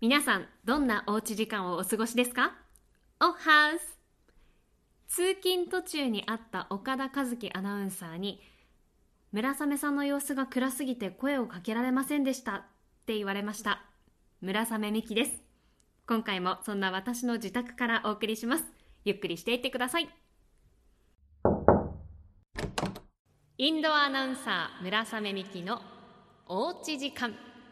皆さん、どんなおうち時間をお過ごしですか？おハウス。通勤途中に会った岡田和樹アナウンサーに、村雨さんの様子が暗すぎて声をかけられませんでしたって言われました。村雨美希です。今回もそんな私の自宅からお送りします。ゆっくりしていってください。インドアアナウンサー村雨美希のおうち時間。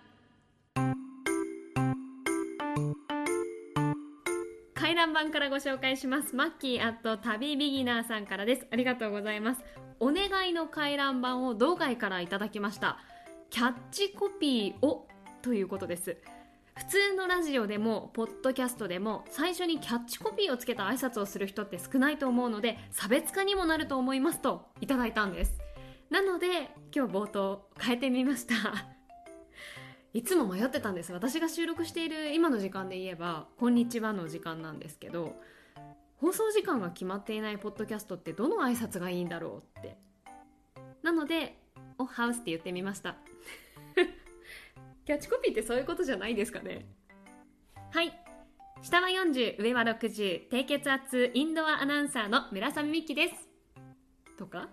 回覧板からご紹介します。マッキー旅ビギナーさんからです。ありがとうございます。お願いの回覧板を道外からいただきました。キャッチコピーをということです。普通のラジオでもポッドキャストでも最初にキャッチコピーをつけた挨拶をする人って少ないと思うので、差別化にもなると思いますといただいたんです。なので今日冒頭変えてみました。いつも迷ってたんです。私が収録している今の時間で言えばこんにちはの時間なんですけど、放送時間が決まっていないポッドキャストってどの挨拶がいいんだろうって。なのでおハウスって言ってみました。キャッチコピーってそういうことじゃないですかね。はい、下は40上は60低血圧インドアアナウンサーの村雨美希ですとか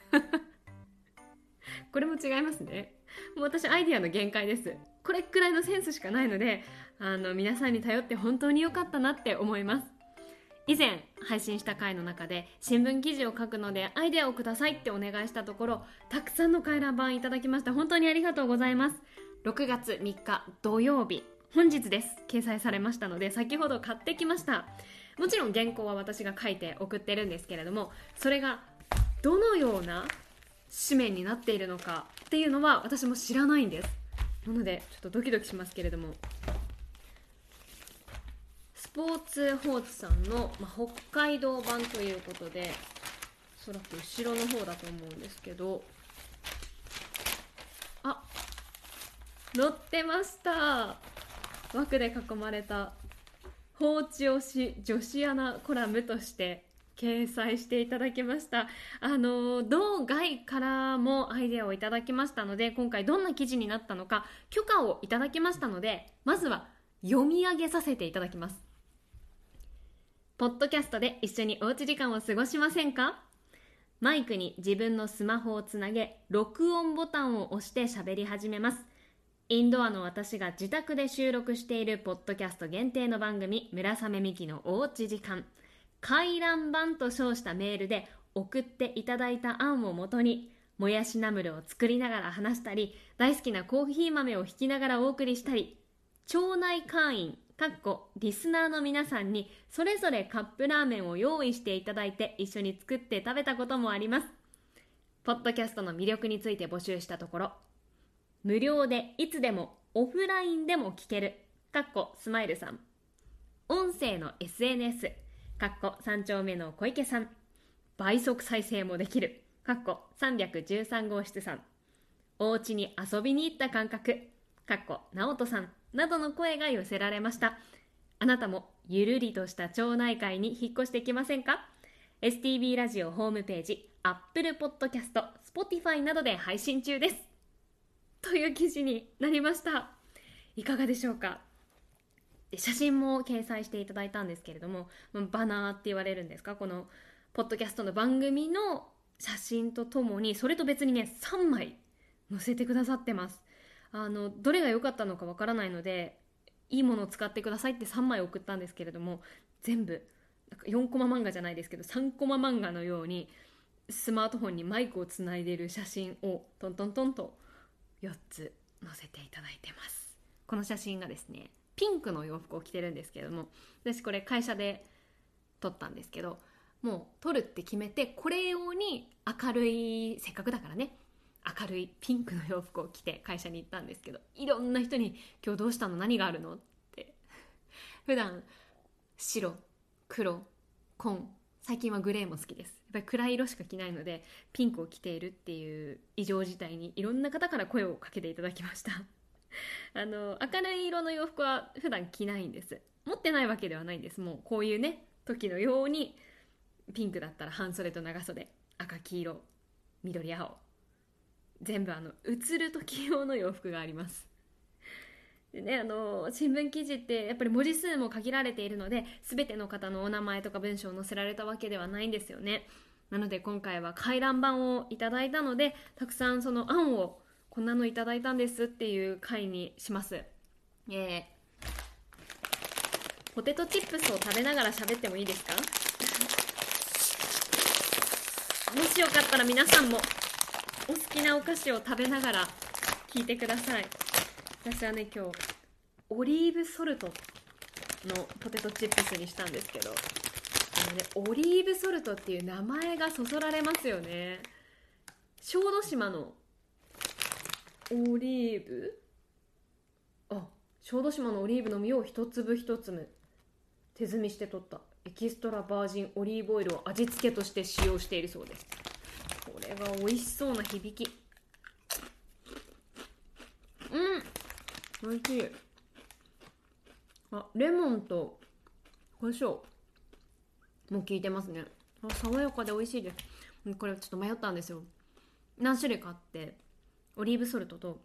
これも違いますね。もう私アイディアの限界です。これくらいのセンスしかないので、皆さんに頼って本当に良かったなって思います。以前配信した回の中で新聞記事を書くのでアイデアをくださいってお願いしたところ、たくさんの回覧板いただきました。本当にありがとうございます。6月3日土曜日、本日です。掲載されましたので先ほど買ってきました。もちろん原稿は私が書いて送ってるんですけれども、それがどのような紙面になっているのかっていうのは私も知らないんです。なのでちょっとドキドキしますけれども、スポーツ報知さんの、北海道版ということで、おそらく後ろの方だと思うんですけど、あ、載ってました。枠で囲まれた放置推し女子アナコラムとして掲載していただきました。道外からもアイデアをいただきましたので、今回どんな記事になったのか許可をいただきましたので、まずは読み上げさせていただきます。ポッドキャストで一緒におうち時間を過ごしませんか？マイクに自分のスマホをつなげ、録音ボタンを押して喋り始めます。インドアの私が自宅で収録しているポッドキャスト限定の番組、村雨美希のおうち時間。回覧板と称したメールで送っていただいた案をもとに、もやしナムルを作りながら話したり、大好きなコーヒー豆をひきながらお送りしたり、町内会員リスナーの皆さんにそれぞれカップラーメンを用意していただいて一緒に作って食べたこともあります。ポッドキャストの魅力について募集したところ、無料でいつでもオフラインでも聞けるスマイルさん、音声の SNS 3丁目の小池さん、倍速再生もできる313号室さん、お家に遊びに行った感覚直人さんなどの声が寄せられました。あなたもゆるりとした町内会に引っ越してきませんか？ STB ラジオホームページ、Apple Podcast、Spotify などで配信中ですという記事になりました。いかがでしょうか？で、写真も掲載していただいたんですけれども、バナーって言われるんですか、このポッドキャストの番組の写真とともに、それと別にね3枚載せてくださってます。どれが良かったのかわからないので、いいものを使ってくださいって3枚送ったんですけれども、全部なんか4コマ漫画じゃないですけど3コマ漫画のようにスマートフォンにマイクをつないでいる写真をトントントンと4つ載せていただいてます。この写真がですね、ピンクの洋服を着てるんですけれども、私これ会社で撮ったんですけど、もう撮るって決めてこれ用に明るい、せっかくだからね、明るいピンクの洋服を着て会社に行ったんですけど、いろんな人に今日どうしたの、何があるのって普段白、黒、紺、最近はグレーも好きです。やっぱり暗い色しか着ないので、ピンクを着ているっていう異常事態にいろんな方から声をかけていただきました。明るい色の洋服は普段着ないんです。持ってないわけではないんです。もうこういうね時のように、ピンクだったら半袖と長袖、赤黄色緑青、全部映る時用の洋服があります。 でね、新聞記事ってやっぱり文字数も限られているので、全ての方のお名前とか文章を載せられたわけではないんですよね。なので今回は回覧板をいただいたので、たくさんその案をこんなのいただいたんですっていう回にします。ポテトチップスを食べながら喋ってもいいですか？もしよかったら皆さんもお好きなお菓子を食べながら聞いてください。私はね、今日オリーブソルトのポテトチップスにしたんですけど、オリーブソルトっていう名前がそそられますよね。小豆島のオリーブ、小豆島のオリーブの実を一粒一粒手摘みして取ったエキストラバージンオリーブオイルを味付けとして使用しているそうです。これが美味しそうな響き。美味しい。レモンと胡椒も効いてますね。爽やかで美味しいです。これちょっと迷ったんですよ。何種類かあって、オリーブソルトと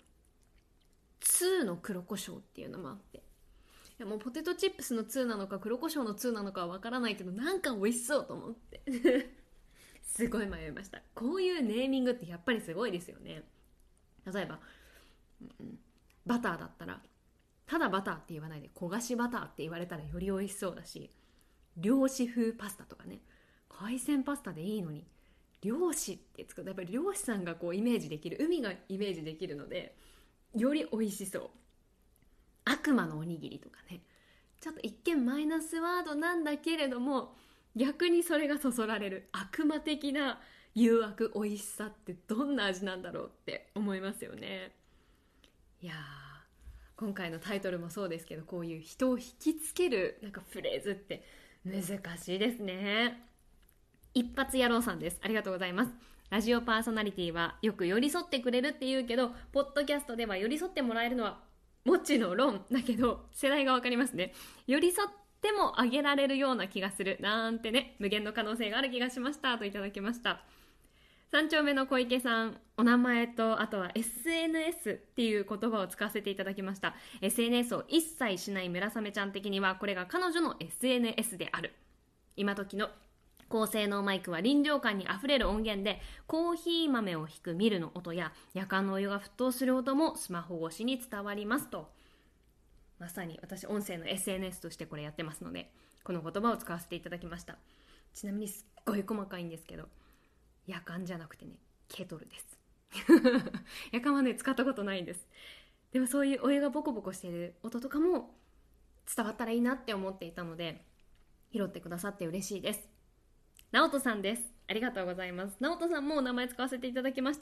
2の黒胡椒っていうのもあって、いやもうポテトチップスの2なのか黒胡椒の2なのかはわからないけど、なんか美味しそうと思ってすごい迷いました。こういうネーミングってやっぱりすごいですよね。例えば、バターだったらただバターって言わないで焦がしバターって言われたらより美味しそうだし、漁師風パスタとかね、海鮮パスタでいいのに漁師ってつくとやっぱり漁師さんがこうイメージできる、海がイメージできるのでより美味しそう。悪魔のおにぎりとかね、ちょっと一見マイナスワードなんだけれども逆にそれがそそられる悪魔的な誘惑、美味しさってどんな味なんだろうって思いますよね。いやー、今回のタイトルもそうですけど、こういう人を引きつけるなんかフレーズって難しいですね。一発野郎さんです。ありがとうございます。ラジオパーソナリティはよく寄り添ってくれるって言うけど、ポッドキャストでは寄り添ってもらえるのはもちろんだけど、世代がわかりますね。寄り添ってもあげられるような気がするなんてね、無限の可能性がある気がしましたといただきました。三丁目の小池さん、お名前とあとは SNS っていう言葉を使わせていただきました。 SNS を一切しない村雨ちゃん的にはこれが彼女の SNS である。今時の高性能マイクは臨場感にあふれる音源で、コーヒー豆をひくミルの音や夜間のお湯が沸騰する音もスマホ越しに伝わりますと。まさに私音声の SNS としてこれやってますので、この言葉を使わせていただきました。ちなみにすっごい細かいんですけど、夜間じゃなくてね、ケトルです夜間はね使ったことないんです。でもそういうお湯がボコボコしている音とかも伝わったらいいなって思っていたので、拾ってくださって嬉しいです。直人さんです。ありがとうございます。直人さんもお名前使わせていただきました。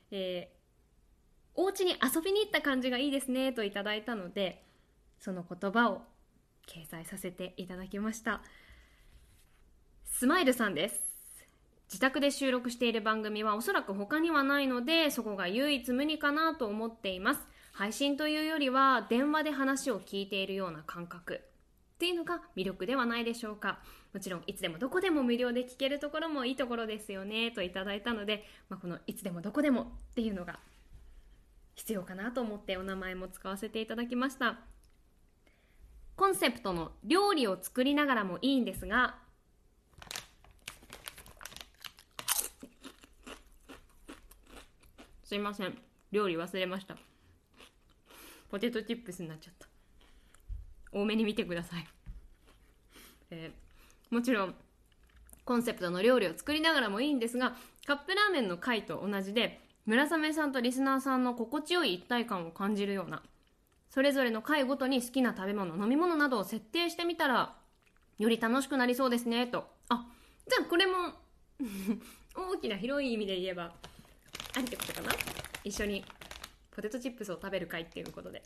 お家に遊びに行った感じがいいですねといただいたので、その言葉を掲載させていただきました。スマイルさんです。自宅で収録している番組はおそらく他にはないので、そこが唯一無二かなと思っています。配信というよりは電話で話を聞いているような感覚っていうのが魅力ではないでしょうか。もちろんいつでもどこでも無料で聞けるところもいいところですよねといただいたので、このいつでもどこでもっていうのが必要かなと思ってお名前も使わせていただきました。コンセプトの料理を作りながらもいいんですが、すいません、料理忘れました。ポテトチップスになっちゃった。多めに見てください。もちろんコンセプトの料理を作りながらもいいんですが、カップラーメンの回と同じで村雨さんとリスナーさんの心地よい一体感を感じるような、それぞれの回ごとに好きな食べ物、飲み物などを設定してみたらより楽しくなりそうですねと。じゃあこれも大きな広い意味で言えばありってことかな。一緒にポテトチップスを食べる会っていうことで。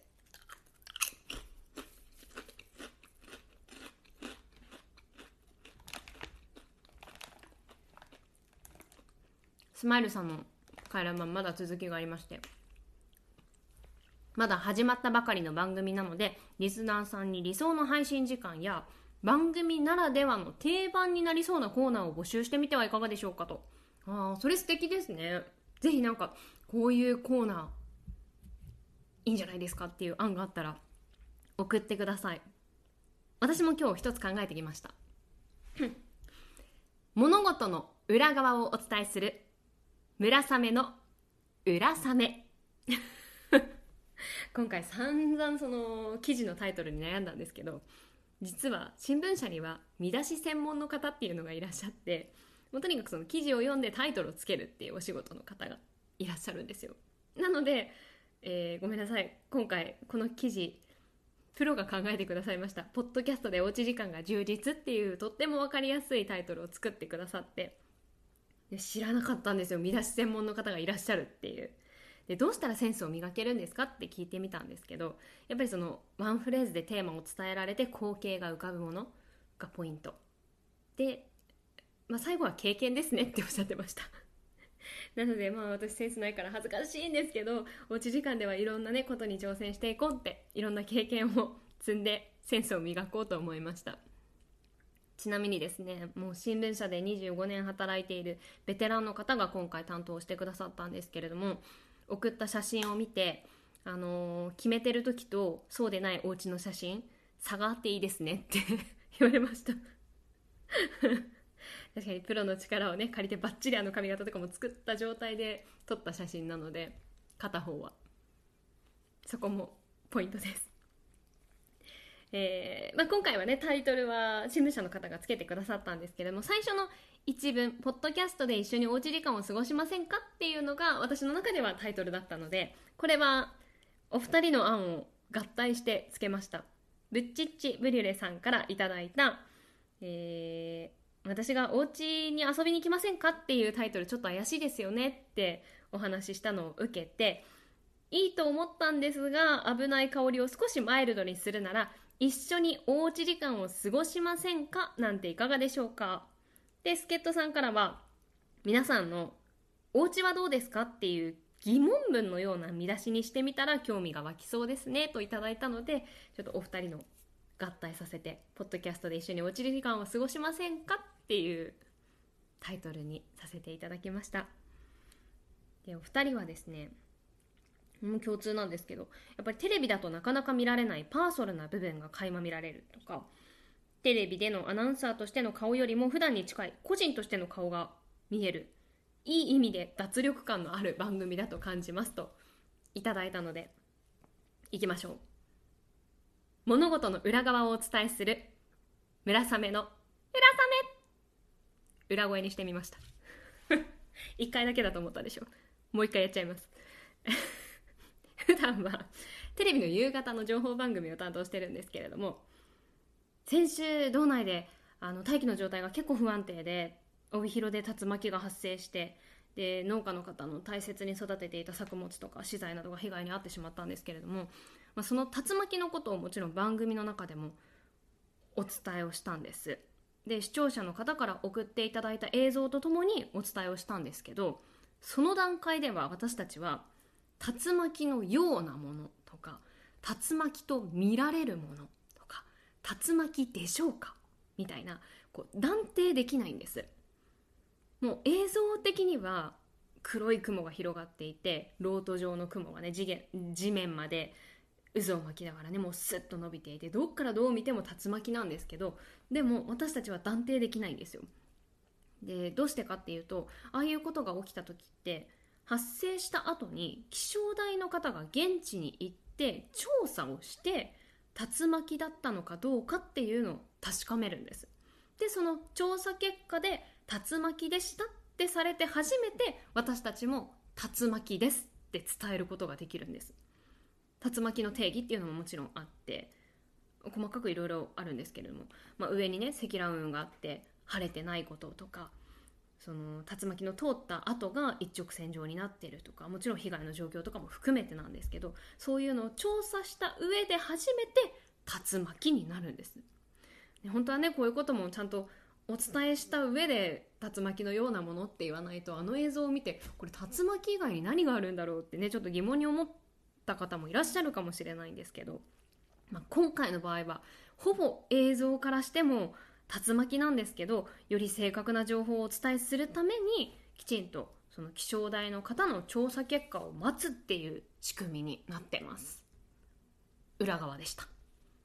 スマイルさんの回覧板まだ続きがありまして、まだ始まったばかりの番組なので、リスナーさんに理想の配信時間や番組ならではの定番になりそうなコーナーを募集してみてはいかがでしょうかと。それ素敵ですね。ぜひこういうコーナーいいんじゃないですかっていう案があったら送ってください。私も今日一つ考えてきました物事の裏側をお伝えする村雨の裏雨今回散々その記事のタイトルに悩んだんですけど、実は新聞社には見出し専門の方っていうのがいらっしゃって、もうとにかくその記事を読んでタイトルをつけるっていうお仕事の方がいらっしゃるんですよ。なので、ごめんなさい、今回この記事プロが考えてくださいました。ポッドキャストでおうち時間が充実っていうとっても分かりやすいタイトルを作ってくださって、で知らなかったんですよ、見出し専門の方がいらっしゃるっていう。でどうしたらセンスを磨けるんですかって聞いてみたんですけど、やっぱりそのワンフレーズでテーマを伝えられて光景が浮かぶものがポイントで、最後は経験ですねっておっしゃってましたなので私センスないから恥ずかしいんですけど、おうち時間ではいろんなことに挑戦していこうって、いろんな経験を積んでセンスを磨こうと思いました。ちなみにですね、もう新聞社で25年働いているベテランの方が今回担当してくださったんですけれども、送った写真を見て、決めてる時とそうでないお家の写真差があっていいですねって言われました確かにプロの力をね借りてバッチリ髪型とかも作った状態で撮った写真なので、片方はそこもポイントです。今回はねタイトルは新聞社の方がつけてくださったんですけれども、最初の一文ポッドキャストで一緒におうち時間を過ごしませんかっていうのが私の中ではタイトルだったので、これはお二人の案を合体してつけました。ブッチッチブリュレさんからいただいた、私がお家に遊びに来ませんかっていうタイトルちょっと怪しいですよねってお話ししたのを受けて、いいと思ったんですが危ない香りを少しマイルドにするなら一緒におうち時間を過ごしませんかなんていかがでしょうか。で助っ人さんからは、皆さんのお家はどうですかっていう疑問文のような見出しにしてみたら興味が湧きそうですねといただいたので、ちょっとお二人の合体させてポッドキャストで一緒におうち時間を過ごしませんかっていうタイトルにさせていただきました。でお二人はですね、共通なんですけど、やっぱりテレビだとなかなか見られないパーソナルな部分が垣間見られるとか、テレビでのアナウンサーとしての顔よりも普段に近い個人としての顔が見える、いい意味で脱力感のある番組だと感じますといただいたので、いきましょう。物事の裏側をお伝えする村雨の裏雨、裏声にしてみました一回だけだと思ったでしょ。もう一回やっちゃいます普段はテレビの夕方の情報番組を担当してるんですけれども、先週道内で大気の状態が結構不安定で、帯広で竜巻が発生して、で農家の方の大切に育てていた作物とか資材などが被害に遭ってしまったんですけれども、その竜巻のことをもちろん番組の中でもお伝えをしたんです。で視聴者の方から送っていただいた映像とともにお伝えをしたんですけど、その段階では私たちは竜巻のようなものとか、竜巻と見られるものとか、竜巻でしょうかみたいな断定できないんです。もう映像的には黒い雲が広がっていて、ロート状の雲がね地面まで渦を巻きながらね、もうスッと伸びていて、どっからどう見ても竜巻なんですけど、でも私たちは断定できないんですよ。でどうしてかっていうと、ああいうことが起きた時って発生した後に気象台の方が現地に行って調査をして、竜巻だったのかどうかっていうのを確かめるんです。でその調査結果で竜巻でしたってされて初めて、私たちも竜巻ですって伝えることができるんです。竜巻の定義っていうのももちろんあって、細かくいろいろあるんですけれども、上にね積乱雲があって晴れてないこととか、その竜巻の通った跡が一直線上になっているとか、もちろん被害の状況とかも含めてなんですけど、そういうのを調査した上で初めて竜巻になるんです。で本当はねこういうこともちゃんとお伝えした上で竜巻のようなものって言わないと、映像を見てこれ竜巻以外に何があるんだろうってね、ちょっと疑問に思った方もいらっしゃるかもしれないんですけど、今回の場合はほぼ映像からしても竜巻なんですけど、より正確な情報をお伝えするためにきちんとその気象台の方の調査結果を待つっていう仕組みになってます。裏側でした。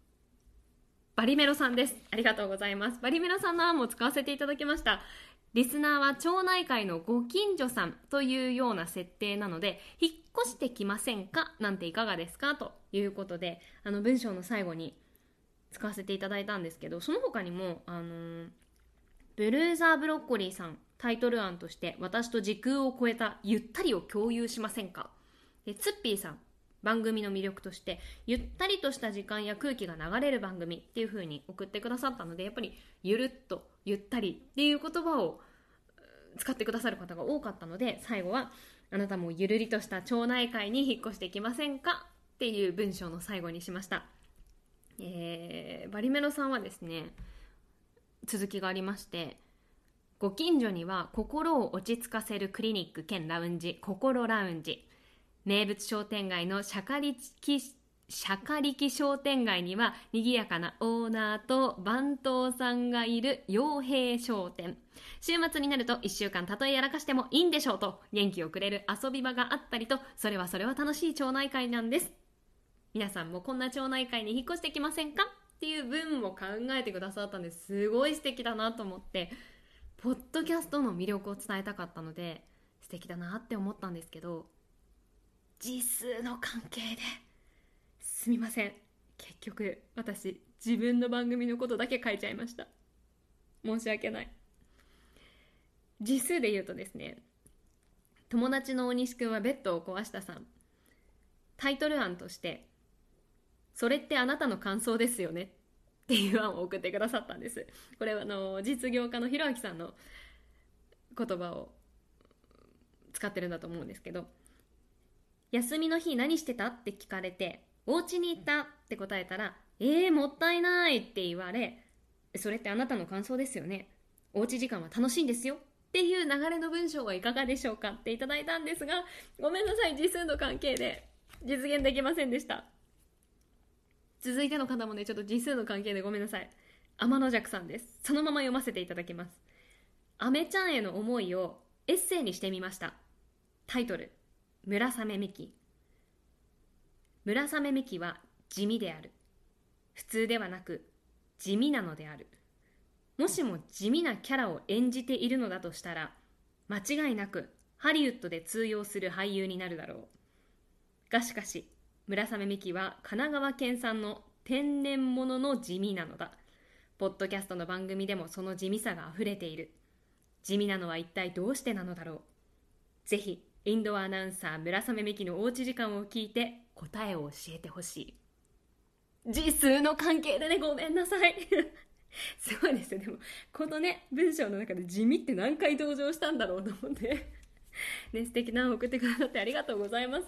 バリメロさんです。ありがとうございます。バリメロさんの案も使わせていただきました。リスナーは町内会のご近所さんというような設定なので、引っ越してきませんかなんていかがですかということで、文章の最後に使わせていただいたんですけど、その他にも、ブルーザーブロッコリーさん、タイトル案として、私と時空を超えたゆったりを共有しませんか。でツッピーさん、番組の魅力としてゆったりとした時間や空気が流れる番組っていう風に送ってくださったので、やっぱりゆるっとゆったりっていう言葉を使ってくださる方が多かったので、最後はあなたもゆるりとした町内会に引っ越してきませんかっていう文章の最後にしました。バリメロさんはですね、続きがありまして、ご近所には心を落ち着かせるクリニック兼ラウンジ、心ラウンジ、名物商店街のシャカリキ商店街には賑やかなオーナーと番頭さんがいる傭兵商店。週末になると1週間たとえやらかしてもいいんでしょうと元気をくれる遊び場があったりと、それは楽しい町内会なんです。皆さんもこんな町内会に引っ越してきませんかっていう文を考えてくださったんです。すごい素敵だなと思って、ポッドキャストの魅力を伝えたかったので素敵だなって思ったんですけど、字数の関係ですみません。結局私自分の番組のことだけ書いちゃいました。申し訳ない。字数で言うとですね、友達の大西くんはベッドを壊したさん、タイトル案としてそれってあなたの感想ですよねっていう案を送ってくださったんです。これは実業家のひろあきさんの言葉を使ってるんだと思うんですけど、休みの日何してたって聞かれて、お家に行ったって答えたら、もったいないって言われ、それってあなたの感想ですよね、おうち時間は楽しいんですよっていう流れの文章はいかがでしょうかっていただいたんですが、ごめんなさい、字数の関係で実現できませんでした。続いての方もね、ちょっと字数の関係でごめんなさい。天の弱さんです。そのまま読ませていただきます。アメちゃんへの思いをエッセイにしてみました。タイトル、村雨美希。村雨美希は地味である。普通ではなく地味なのである。もしも地味なキャラを演じているのだとしたら、間違いなくハリウッドで通用する俳優になるだろう。がしかし村雨美希は神奈川県産の天然物の地味なのだ。ポッドキャストの番組でもその地味さがあふれている。地味なのは一体どうしてなのだろう。ぜひインドアアナウンサー村雨美希のおうち時間を聞いて答えを教えてほしい。字数の関係でね、ごめんなさいすごいですよ。でもこのね文章の中で地味って何回登場したんだろうと思ってね、素敵なのを送ってくださってありがとうございます。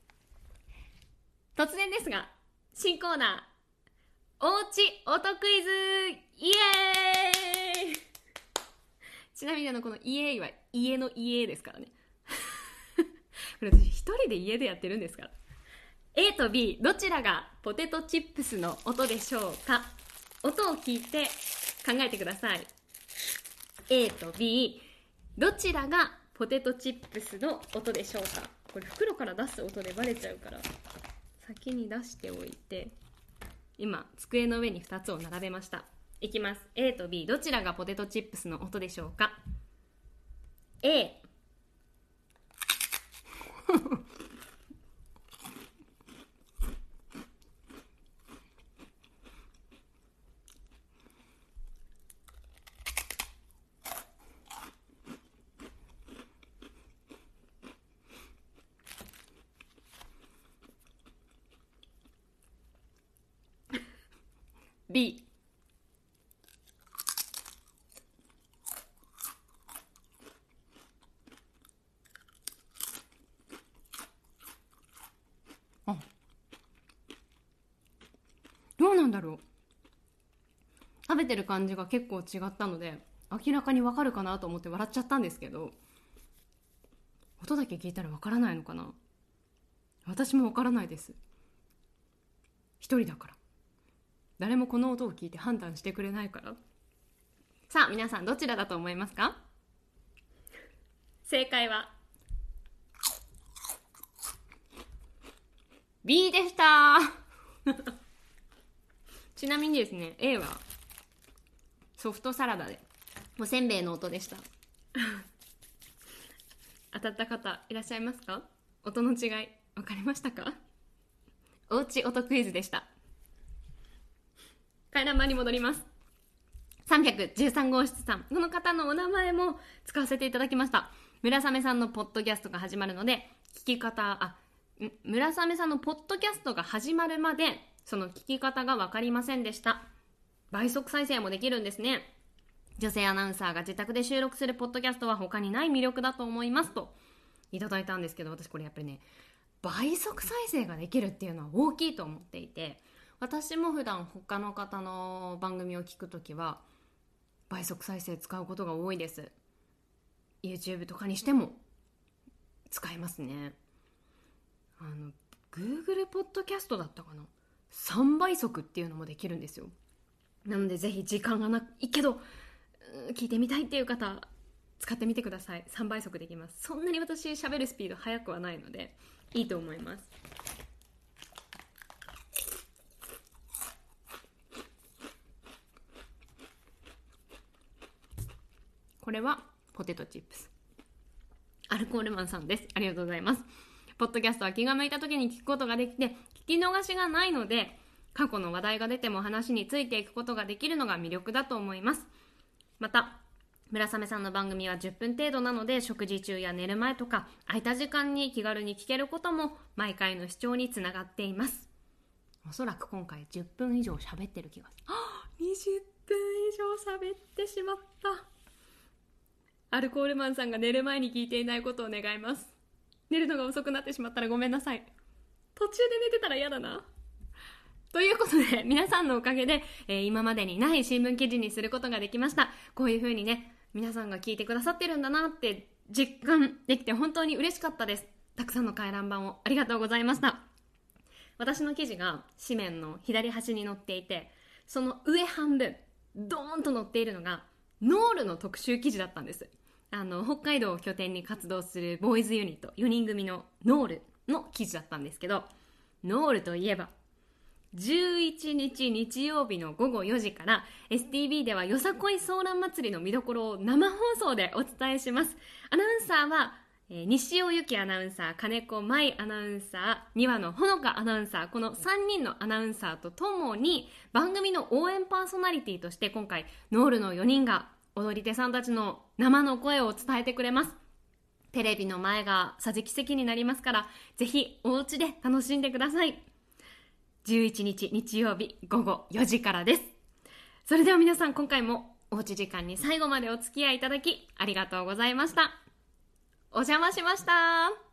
突然ですが、新コーナー、おうち音クイズイエーイちなみにこのイエーイは家の家ですからねこれ私一人で家でやってるんですから。 A と B どちらがポテトチップスの音でしょうか。音を聞いて考えてください。 A と B どちらがポテトチップスの音でしょうか。これ袋から出す音でバレちゃうから先に出しておいて、今机の上に2つを並べました。いきます。 A と B どちらがポテトチップスの音でしょうか。 A B。 あ、どうなんだろう。食べてる感じが結構違ったので明らかにわかるかなと思って笑っちゃったんですけど、音だけ聞いたらわからないのかな。私もわからないです。一人だから誰もこの音を聞いて判断してくれないから。さあ皆さんどちらだと思いますか。正解は B でしたちちなみにですね、 A はソフトサラダでおせんべいの音でした当たった方いらっしゃいますか？音の違い分かりましたか？おうち音クイズでした。回覧板に戻ります。313号室さん、この方のお名前も使わせていただきました。村雨さんのポッドキャストが始まるので、村雨さんのポッドキャストが始まるまでその聞き方が分かりませんでした。倍速再生もできるんですね。女性アナウンサーが自宅で収録するポッドキャストは他にない魅力だと思いますといただいたんですけど、私これやっぱりね、倍速再生ができるっていうのは大きいと思っていて、私も普段他の方の番組を聞くときは倍速再生使うことが多いです。 YouTube とかにしても使えますね。Google ポッドキャストだったかな、3倍速っていうのもできるんですよ。なのでぜひ時間がないけど聞いてみたいっていう方使ってみてください。3倍速できます。そんなに私喋るスピード速くはないのでいいと思います。これはポテトチップス、アルコールマンさんです。ありがとうございます。ポッドキャストは気が向いた時に聞くことができて、聞き逃しがないので過去の話題が出ても話についていくことができるのが魅力だと思います。また村雨さんの番組は10分程度なので、食事中や寝る前とか空いた時間に気軽に聞けることも毎回の視聴につながっています。おそらく今回10分以上喋ってる気がする。20分以上喋ってしまった。アルコールマンさんが寝る前に聞いていないことを願います。寝るのが遅くなってしまったらごめんなさい。途中で寝てたら嫌だな。ということで皆さんのおかげで、今までにない新聞記事にすることができました。こういう風にね、皆さんが聞いてくださってるんだなって実感できて本当に嬉しかったです。たくさんの回覧板をありがとうございました。私の記事が紙面の左端に載っていて、その上半分ドーンと載っているのがノールの特集記事だったんです。北海道を拠点に活動するボーイズユニット4人組のノールの記事だったんですけど、ノールといえば11日日曜日の午後4時から STV ではよさこいソーラン祭りの見どころを生放送でお伝えします。アナウンサーは西尾由紀アナウンサー、金子舞アナウンサー、庭野ほのかアナウンサー、この3人のアナウンサーとともに番組の応援パーソナリティとして今回ノールの4人が踊り手さんたちの生の声を伝えてくれます。テレビの前が桟敷席になりますから、ぜひお家で楽しんでください。11日日曜日午後4時からです。それでは皆さん、今回もおうち時間に最後までお付き合いいただきありがとうございました。お邪魔しました。